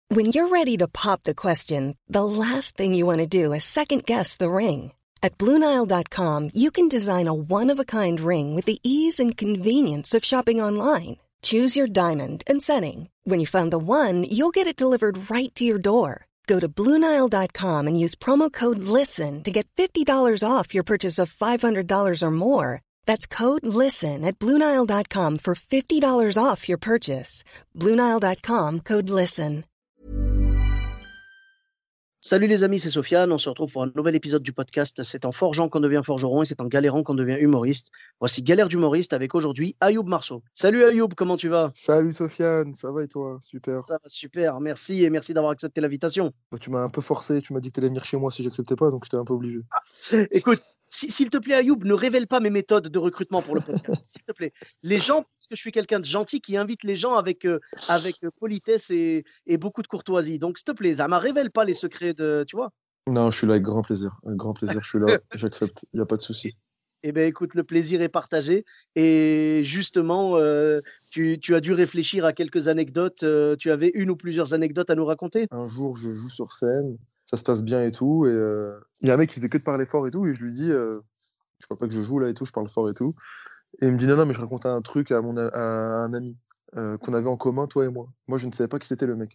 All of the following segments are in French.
When you're ready to pop the question, the last thing you want to do is second-guess the ring. At BlueNile.com, you can design a one-of-a-kind ring with the ease and convenience of shopping online. Choose your diamond and setting. When you find the one, you'll get it delivered right to your door. Go to BlueNile.com and use promo code LISTEN to get $50 off your purchase of $500 or more. That's code LISTEN at BlueNile.com for $50 off your purchase. BlueNile.com, code LISTEN. Salut les amis, c'est Sofiane. On se retrouve pour un nouvel épisode du podcast. C'est en forgeant qu'on devient forgeron et c'est en galérant qu'on devient humoriste. Voici Galère d'humoriste avec aujourd'hui Ayoub Marceau. Salut Ayoub, comment tu vas? Salut Sofiane, ça va et toi? Super. Ça va super, merci et merci d'avoir accepté l'invitation. Bah, tu m'as un peu forcé, tu m'as dit que tu allais venir chez moi si j'acceptais pas, donc j'étais un peu obligé. Écoute, s'il te plaît Ayoub, ne révèle pas mes méthodes de recrutement pour le podcast. S'il te plaît. Les gens, parce que je suis quelqu'un de gentil qui invite les gens avec politesse et beaucoup de courtoisie. Donc s'il te plaît, Zama, révèle pas les secrets de, tu vois. Non, je suis là avec grand plaisir. Avec grand plaisir, je suis là, j'accepte, il n'y a pas de souci. Eh bien, écoute, le plaisir est partagé. Et justement, tu as dû réfléchir à quelques anecdotes. Tu avais une ou plusieurs anecdotes à nous raconter? Un jour, je joue sur scène, ça se passe bien et tout, et il y a un mec qui fait que de parler fort et tout, et je lui dis, je vois pas que je joue là et tout, je parle fort et tout. Et il me dit, non, mais je racontais un truc à un ami qu'on avait en commun, toi et moi. Moi, je ne savais pas qui c'était le mec.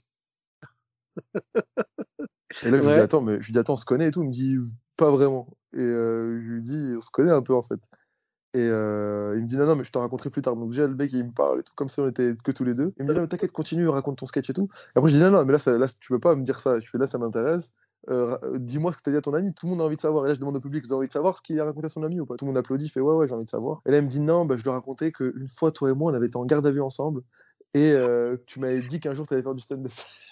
Et là, je lui dis, Ouais. attends, on se connaît et tout. Il me dit, pas vraiment. Et je lui dis, on se connaît un peu en fait. Et il me dit, non, mais je te raconterai plus tard. Donc, déjà, le mec, il me parle et tout, comme si on était que tous les deux. Il me dit, non, mais t'inquiète, continue, raconte ton sketch et tout. Et après, je dis, non, mais là, tu peux pas me dire ça. Je fais, là, ça m'intéresse. Dis-moi ce que t'as dit à ton ami. Tout le monde a envie de savoir. Et là, je demande au public, vous avez envie de savoir ce qu'il a raconté à son ami ou pas? Tout le monde applaudit, fait, ouais, j'ai envie de savoir. Et là, il me dit, non, bah, je lui ai raconté qu'une fois, toi et moi, on avait été en garde à vue ensemble. Et tu m'avais dit qu'un jour, t'allais faire du stand-up.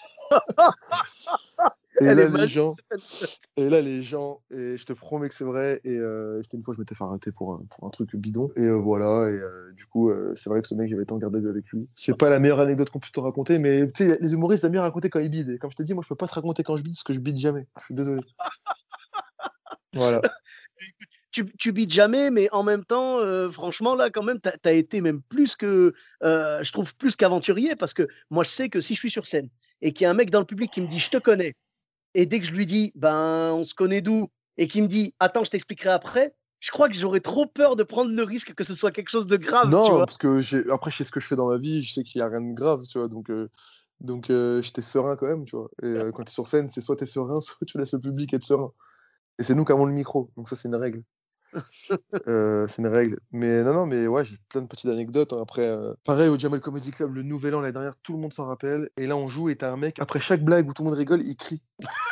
Et Elle là, est les magique. gens, et je te promets que c'est vrai, et c'était une fois, je m'étais fait arrêter pour un truc bidon, et voilà, et du coup, c'est vrai que ce mec, j'avais été en garde à vue avec lui. C'est pas la meilleure anecdote qu'on puisse te raconter, mais tu sais, les humoristes aiment bien raconter quand ils bident, et comme je t'ai dit, moi, je peux pas te raconter quand je bide, parce que je bide jamais. Je suis désolé. Voilà. Tu bides jamais, mais en même temps, franchement, là, quand même, tu as été même plus que, je trouve, plus qu'aventurier, parce que moi, je sais que si je suis sur scène et qu'il y a un mec dans le public qui me dit, je te connais, et dès que je lui dis, ben, on se connaît d'où, et qui me dit, attends, je t'expliquerai après, je crois que j'aurais trop peur de prendre le risque que ce soit quelque chose de grave, tu Non, vois. parce que après, je sais ce que je fais dans ma vie, je sais qu'il y a rien de grave, tu vois, donc j'étais serein quand même, tu vois. Et quand tu es sur scène, c'est soit tu es serein, soit tu laisses le public être serein. Et c'est nous qui avons le micro, donc ça, c'est une règle. C'est une règle. Mais non, mais ouais, j'ai plein de petites anecdotes, hein. Après, pareil, au Jamel Comedy Club, le Nouvel An, l'année dernière, tout le monde s'en rappelle. Et là, on joue et t'as un mec, après chaque blague où tout le monde rigole, il crie.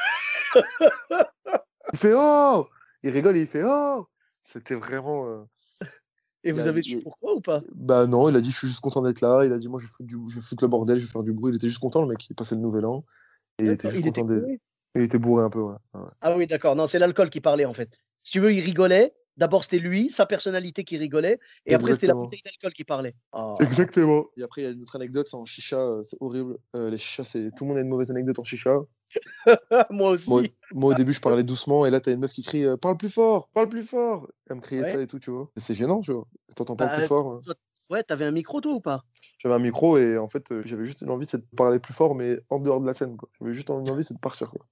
Il fait «Oh!» Il rigole et il fait «Oh!» C'était vraiment. Et il vous a- avez su il- pourquoi ou pas? Bah non, il a dit «Je suis juste content d'être là». Il a dit «Moi, je vais foutre le bordel, je vais faire du bruit». Il était juste content, le mec, il passait le Nouvel An. Et il était D'accord, juste il était content d'être. bourré. Et il était bourré un peu, ouais. Ouais. Ah oui, d'accord. Non, c'est l'alcool qui parlait, en fait. Si tu veux, il rigolait. D'abord, c'était lui, sa personnalité qui rigolait. Et après, c'était la Exactement. bouteille d'alcool qui parlait. Ah. Exactement. Et après, il y a une autre anecdote, c'est en chicha, c'est horrible. Les chichas, tout le monde a une mauvaise anecdote en chicha. Moi Moi, aussi. moi, au début, je parlais doucement, et là, t'as une meuf qui crie «Parle plus fort! Parle plus fort!» Elle me criait Ouais. ça et tout, tu vois. C'est gênant, tu vois. T'entends «Parle plus Bah, fort». toi, ouais, t'avais un micro, toi, ou pas? J'avais un micro, et en fait, j'avais juste une envie, c'est de parler plus fort, mais en dehors de la scène, quoi. J'avais juste une envie, c'est de partir, quoi.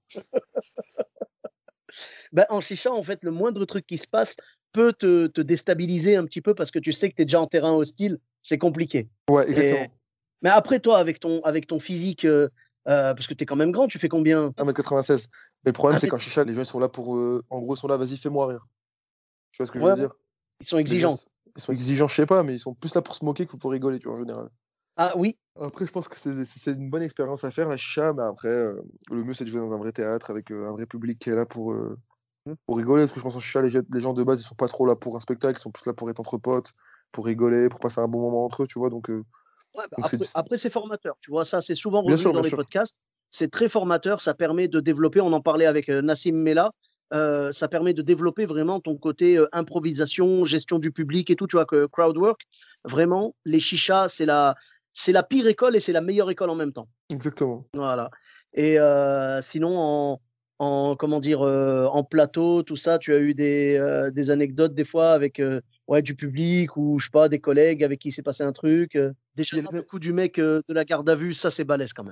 Bah, en chicha, en fait, le moindre truc qui se passe peut te déstabiliser un petit peu parce que tu sais que tu es déjà en terrain hostile. C'est compliqué. Ouais, Et... exactement. Mais après, toi, avec ton physique, parce que tu es quand même grand, tu fais combien? 1m96. Mais le problème, Un c'est mètre- qu'en chicha, les gens, ils sont là pour. En gros, ils sont là, vas-y, fais-moi rire. Tu vois ce que je Ouais, veux ouais. dire? Ils sont Les gens, exigeants. ils sont exigeants, je sais pas, mais ils sont plus là pour se moquer que pour rigoler, tu vois, en général. Ah oui. Après, je pense que c'est une bonne expérience à faire, la chicha, mais après, le mieux, c'est de jouer dans un vrai théâtre avec un vrai public qui est là pour rigoler. Parce que je pense en chicha, les gens de base, ils sont pas trop là pour un spectacle, ils sont plus là pour être entre potes, pour rigoler, pour passer un bon moment entre eux, tu vois. Ouais, bah, Donc après, c'est formateur. Tu vois, ça, c'est souvent bien revenu sûr, dans bien les sûr. podcasts. C'est très formateur. Ça permet de développer, on en parlait avec Nassim Mella, ça permet de développer vraiment ton côté improvisation, gestion du public et tout, tu vois, que crowd work. Vraiment, les chichas, c'est la pire école et c'est la meilleure école en même temps. Exactement. Voilà. Et sinon, comment dire, en plateau, tout ça, tu as eu des anecdotes des fois avec ouais, du public ou je sais pas, des collègues avec qui s'est passé un truc. Déjà, Il y le avait- coup du mec de la garde à vue, ça c'est balèze quand même.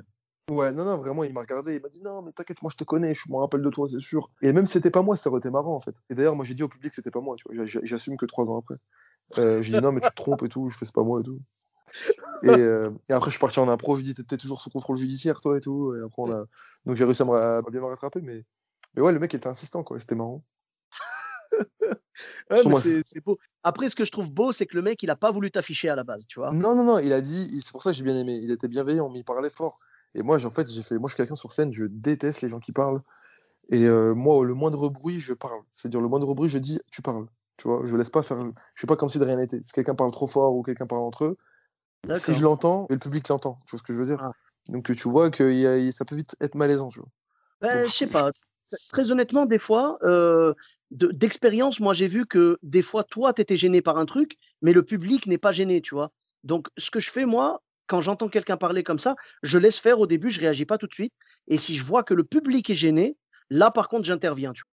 Ouais, non, non, vraiment, il m'a regardé, il m'a dit: «Non, mais t'inquiète, moi je te connais, je me rappelle de toi, c'est sûr». Et même si c'était pas moi, ça aurait été marrant, en fait. Et d'ailleurs, moi j'ai dit au public que c'était pas moi, tu vois? J'assume que 3 ans après. J'ai dit: «Non, mais tu te trompes et tout, je fais c'est pas moi et tout». Et après, je suis parti en impro, je lui ai dit: «Tu toujours sous contrôle judiciaire, toi et tout». Et après, donc j'ai réussi à bien me rattraper, mais ouais, le mec était insistant, quoi, c'était marrant. Ouais, Sur mais moi, c'est beau. Après, ce que je trouve beau, c'est que le mec, il a pas voulu t'afficher à la base, tu vois? non, non, non, il a dit, c'est pour ça que j'ai bien aimé. Il était bienveillant, mais il parlait fort. Et moi, en fait, moi, je suis quelqu'un sur scène, je déteste les gens qui parlent. Et moi, le moindre bruit, je parle. C'est-à-dire, le moindre bruit, je dis, tu parles. Tu vois, je laisse pas faire. Je suis pas comme si de rien n'était. Si quelqu'un parle trop fort ou quelqu'un parle entre eux, si je D'accord. l'entends, et le public l'entend. Tu vois ce que je veux dire? Ah. Donc, tu vois que ça peut vite être malaisant, tu vois. Donc, Je sais pas. Très honnêtement, des fois, d'expérience, moi, j'ai vu que des fois, toi, tu étais gêné par un truc, mais le public n'est pas gêné, tu vois? Donc ce que je fais, moi, quand j'entends quelqu'un parler comme ça, je laisse faire au début, je réagis pas tout de suite et si je vois que le public est gêné, là, par contre, j'interviens, tu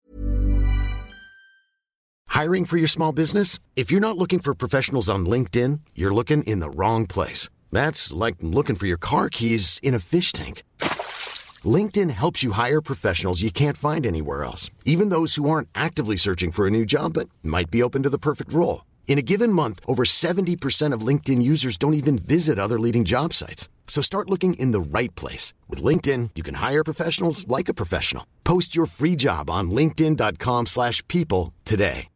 Hiring for your small business? If you're not looking for professionals on LinkedIn, you're looking in the wrong place. That's like looking for your car keys in a fish tank. LinkedIn helps you hire professionals you can't find anywhere else, even those who aren't actively searching for a new job but might be open to the perfect role. In a given month, over 70% of LinkedIn users don't even visit other leading job sites. So start looking in the right place. With LinkedIn, you can hire professionals like a professional. Post your free job on linkedin.com/people today.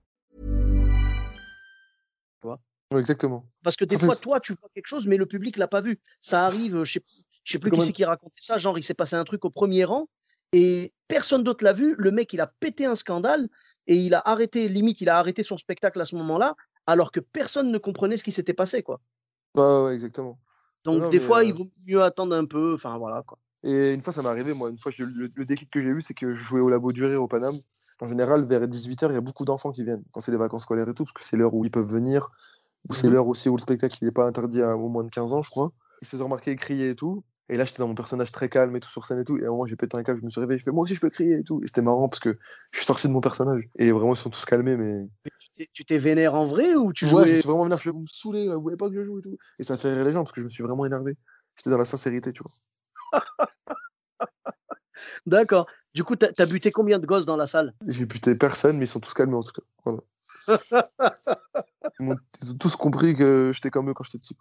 vois? ouais, exactement. Parce que Ça des fait. fois, toi, tu vois quelque chose, mais le public l'a pas vu. Ça arrive, je sais C'est plus qui comme c'est un- qui racontait ça, genre il s'est passé un truc au premier rang et personne d'autre l'a vu. Le mec, il a pété un scandale et il a arrêté, limite, il a arrêté son spectacle à ce moment-là, alors que personne ne comprenait ce qui s'était passé, quoi. Ouais, ouais, ouais, exactement. Non, Donc non, des mais. fois, il vaut mieux attendre un peu, enfin voilà, quoi. Et une fois, ça m'est arrivé, moi. Une fois, le déclic que j'ai eu, c'est que je jouais au Labo du Rire au Paname. En général, vers 18h, il y a beaucoup d'enfants qui viennent, quand c'est les vacances scolaires et tout, parce que c'est l'heure où ils peuvent venir, ou c'est Mmh. l'heure aussi où le spectacle il n'est pas interdit aux moins de 15 ans, je crois. Ils se faisaient remarquer et crier et tout. Et là, j'étais dans mon personnage très calme et tout sur scène et tout. Et à un moment, j'ai pété un câble, je me suis réveillé, je fais moi aussi, je peux crier et tout. Et c'était marrant parce que je suis sorti de mon personnage. Et vraiment, ils se sont tous calmés, mais. Mais tu t'es vénère en vrai ou tu Ouais, je me jouais suis vraiment énervé, je fais vous me saoulez, là, vous voulez pas que je joue et tout. Et ça fait rire les gens parce que je me suis vraiment énervé. J'étais dans la sincérité, tu vois. d'accord. Du coup, tu as buté combien de gosses dans la salle? J'ai buté personne, mais ils sont tous calmés en tout cas. Voilà. Ils ont tous compris que j'étais comme eux quand j'étais petit.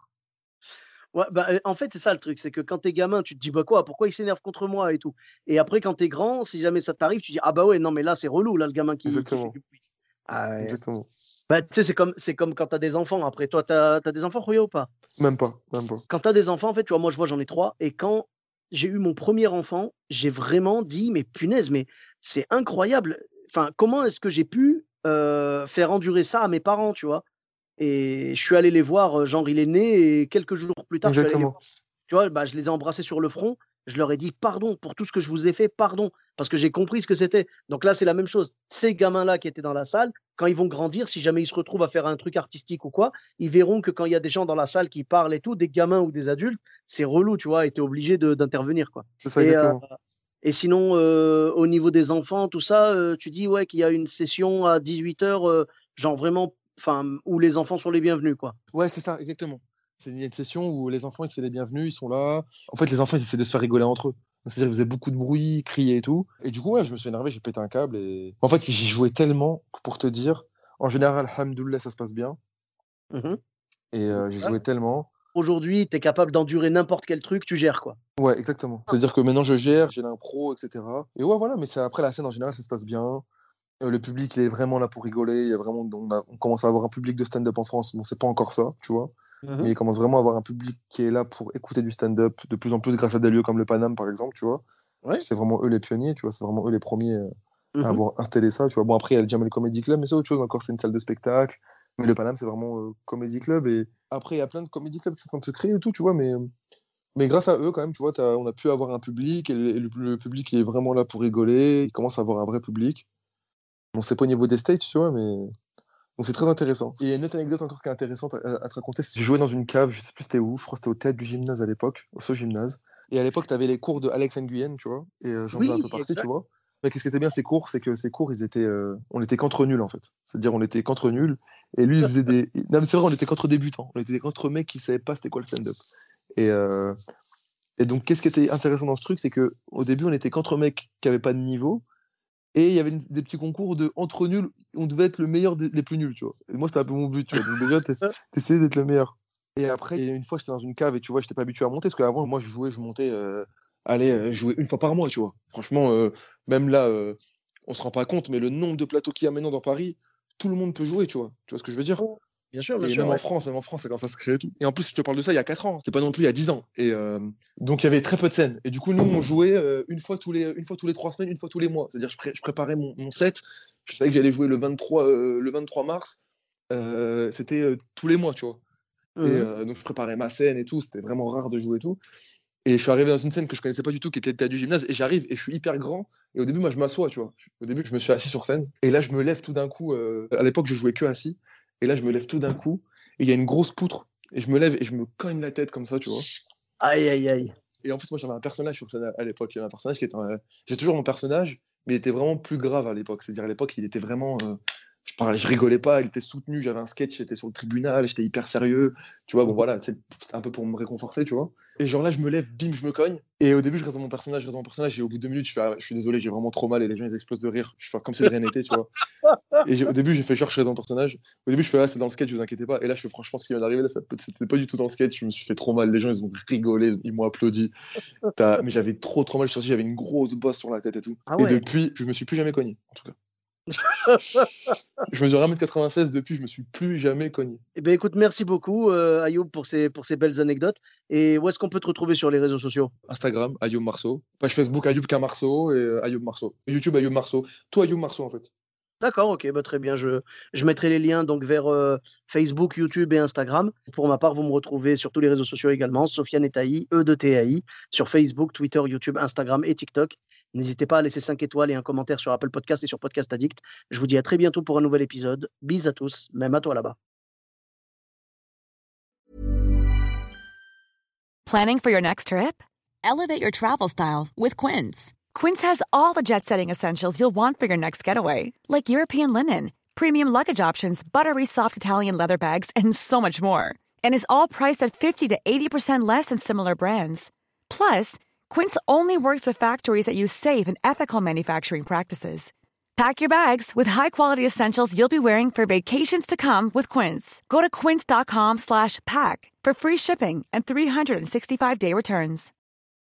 Ouais, bah, en fait, c'est ça le truc, c'est que quand tu es gamin, tu te dis: «Bah, quoi? Pourquoi il s'énerve contre moi?» et tout et après quand tu es grand, si jamais ça t'arrive, tu dis: «Ah bah, ouais, non mais là, c'est relou là, le gamin qui fait Exactement, du bruit». Ah ouais. exactement. Bah, tu sais, c'est comme quand tu as des enfants après. Toi, tu as des enfants, Rouya, ou pas? Même pas, même pas. Quand tu as des enfants, en fait, tu vois, moi, je vois, j'en ai 3 et quand j'ai eu mon premier enfant, j'ai vraiment dit: «Mais punaise, mais c'est incroyable, enfin, comment est-ce que j'ai pu, faire endurer ça à mes parents?» tu vois? Et je suis allé les voir, genre il est né et quelques jours plus tard, je suis allé les Exactement. voir. Tu vois? Bah, je les ai embrassés sur le front. Je leur ai dit: «Pardon pour tout ce que je vous ai fait, pardon», parce que j'ai compris ce que c'était. Donc là, c'est la même chose. Ces gamins-là qui étaient dans la salle, quand ils vont grandir, si jamais ils se retrouvent à faire un truc artistique ou quoi, ils verront que quand il y a des gens dans la salle qui parlent et tout, des gamins ou des adultes, c'est relou, tu vois? Et tu es obligé d'intervenir, quoi. C'est ça, Et exactement. sinon, au niveau des enfants, tout ça, tu dis, ouais, qu'il y a une session à 18h, genre vraiment, enfin, où les enfants sont les bienvenus, quoi? Ouais, c'est ça, exactement. Il y a une session où les enfants, c'est les bienvenus, ils sont là. En fait, les enfants, ils essaient de se faire rigoler entre eux. C'est-à-dire qu'ils faisaient beaucoup de bruit, criaient et tout. Et du coup, ouais, je me suis énervé, j'ai pété un câble. Et en fait, j'y jouais tellement que pour te dire, en général, alhamdoulilah, ça se passe bien. Mmh. Et j'ai Ouais. joué tellement. Aujourd'hui, tu es capable d'endurer n'importe quel truc, tu gères, quoi. Ouais, exactement. C'est-à-dire que maintenant, je gère, j'ai l'impro, etc. Et ouais, voilà, mais c'est après la scène, en général, ça se passe bien. Le public, il est vraiment là pour rigoler. Il y a vraiment, on commence à avoir un public de stand-up en France. Bon, c'est pas encore ça, tu vois. Mmh. Mais il commence vraiment à avoir un public qui est là pour écouter du stand-up de plus en plus grâce à des lieux comme le Paname, par exemple, tu vois. Parce que Ouais. c'est vraiment eux les pionniers, tu vois. C'est vraiment eux les premiers à Mmh. avoir installé ça, tu vois. Bon, après, il y a le Jamel Comedy Club, mais c'est autre chose encore, c'est une salle de spectacle. Mais le Paname, c'est vraiment Comedy Club. Et après, il y a plein de comedy clubs qui sont en train de se créer et tout, tu vois. Mais grâce à eux, quand même, tu vois, on a pu avoir un public. Et le public, il est vraiment là pour rigoler. Il commence à avoir un vrai public. Bon, c'est pas au niveau des stages, tu vois, mais. Donc c'est très intéressant. Et il y a une autre anecdote encore qui est intéressante à te raconter. C'est que j'ai joué dans une cave, je sais plus c'était où, je crois que c'était au théâtre du gymnase à l'époque, au gymnase. Et à l'époque, tu avais les cours de Alex Nguyen, tu vois, et j'en faisais un peu Oui, partie, tu exact. vois. Mais qu'est-ce qui était bien ces cours, c'est que ces cours, on était qu'entre nuls en fait. C'est-à-dire on était qu'entre nuls. Et lui, il faisait des. Non mais c'est vrai, on était qu'entre débutants. On était qu'entre mecs qui savaient pas c'était quoi le stand-up. Et, Et donc, qu'est-ce qui était intéressant dans ce truc, c'est qu'au début, on était qu'entre mecs qui n'avaient pas de niveau. Et il y avait des petits concours entre nuls, on devait être le meilleur des plus nuls, tu vois. Et moi, c'était un peu mon but, tu vois. Donc déjà, t'essayais d'être le meilleur. Et après, une fois, j'étais dans une cave et tu vois, j'étais pas habitué à monter, parce qu'avant, moi, je montais, je jouais une fois par mois, tu vois. Franchement, même là, on se rend pas compte, mais le nombre de plateaux qu'il y a maintenant dans Paris, tout le monde peut jouer, tu vois. Tu vois ce que je veux dire? Bien sûr, Et ouais. même en France, c'est quand ça se crée et tout. Et en plus, je te parle de ça il y a 4 ans, c'était pas non plus il y a 10 ans. Et donc, il y avait très peu de scènes. Et du coup, nous, on jouait une fois tous les 3 semaines, une fois tous les mois. C'est-à-dire, je préparais mon set. Je savais que j'allais jouer le 23 mars. C'était tous les mois, tu vois. Et donc, je préparais ma scène et tout. C'était vraiment rare de jouer et tout. Et je suis arrivé dans une scène que je connaissais pas du tout, qui était le théâtre du gymnase. Et j'arrive et je suis hyper grand. Et au début, moi, je m'assois, tu vois. Au début, je me suis assis sur scène. Et là, je me lève tout d'un coup. À l'époque, je jouais que assis. Et là, je me lève tout d'un coup. Et il y a une grosse poutre. Et je me lève et je me cogne la tête comme ça, tu vois. Aïe, aïe, aïe. Et en plus, moi, j'avais un personnage sur scène à l'époque. Il y avait un personnage qui était. J'ai toujours mon personnage, mais il était vraiment plus grave à l'époque. C'est-à-dire, à l'époque, il était vraiment. Je rigolais pas, il était soutenu. J'avais un sketch, j'étais sur le tribunal, j'étais hyper sérieux. Tu vois, bon, voilà, c'était un peu pour me réconforter, tu vois. Et genre là, je me lève, bim, je me cogne. Et au début, je reste dans mon personnage. Et au bout de 2 minutes, je suis désolé, j'ai vraiment trop mal. Et les gens, ils explosent de rire. Je fais comme si de rien n'était, tu vois. Et au début, j'ai fait genre, je reste dans mon personnage. Au début, je fais, c'est dans le sketch, vous inquiétez pas. Et là, je fais, franchement, ce qui vient d'arriver, là, c'était pas du tout dans le sketch. Je me suis fait trop mal. Les gens, ils ont rigolé, ils m'ont applaudi. Mais j'avais trop mal. Je suis sorti, j'avais une grosse bosse sur la tête et tout. Ah Et ouais. depuis, je me suis plus jamais cogné, en tout cas. Je mesure 1m96 depuis, je me suis plus jamais cogné. Eh bien, écoute, merci beaucoup, Ayoub, pour ces belles anecdotes. Et où est-ce qu'on peut te retrouver sur les réseaux sociaux? Instagram, Ayoub Marceau. Page Facebook, Ayoub K. Marceau et Ayoub Marceau. YouTube, Ayoub Marceau. Tout Ayoub Marceau, en fait. D'accord, ok, bah, très bien. Je mettrai les liens donc vers Facebook, YouTube et Instagram. Pour ma part, vous me retrouvez sur tous les réseaux sociaux également, Sofiane Etaï, E de TAI, sur Facebook, Twitter, YouTube, Instagram et TikTok. N'hésitez pas à laisser 5 étoiles et un commentaire sur Apple Podcast et sur Podcast Addict. Je vous dis à très bientôt pour un nouvel épisode. Bis à tous, même à toi là-bas. Planning for your next trip? Elevate your travel style with Quince. Quince has all the jet-setting essentials you'll want for your next getaway, like European linen, premium luggage options, buttery soft Italian leather bags, and so much more. And is all priced at 50 to 80% less than similar brands. Plus, Quince only works with factories that use safe and ethical manufacturing practices. Pack your bags with high-quality essentials you'll be wearing for vacations to come with Quince. Go to quince.com/pack for free shipping and 365-day returns.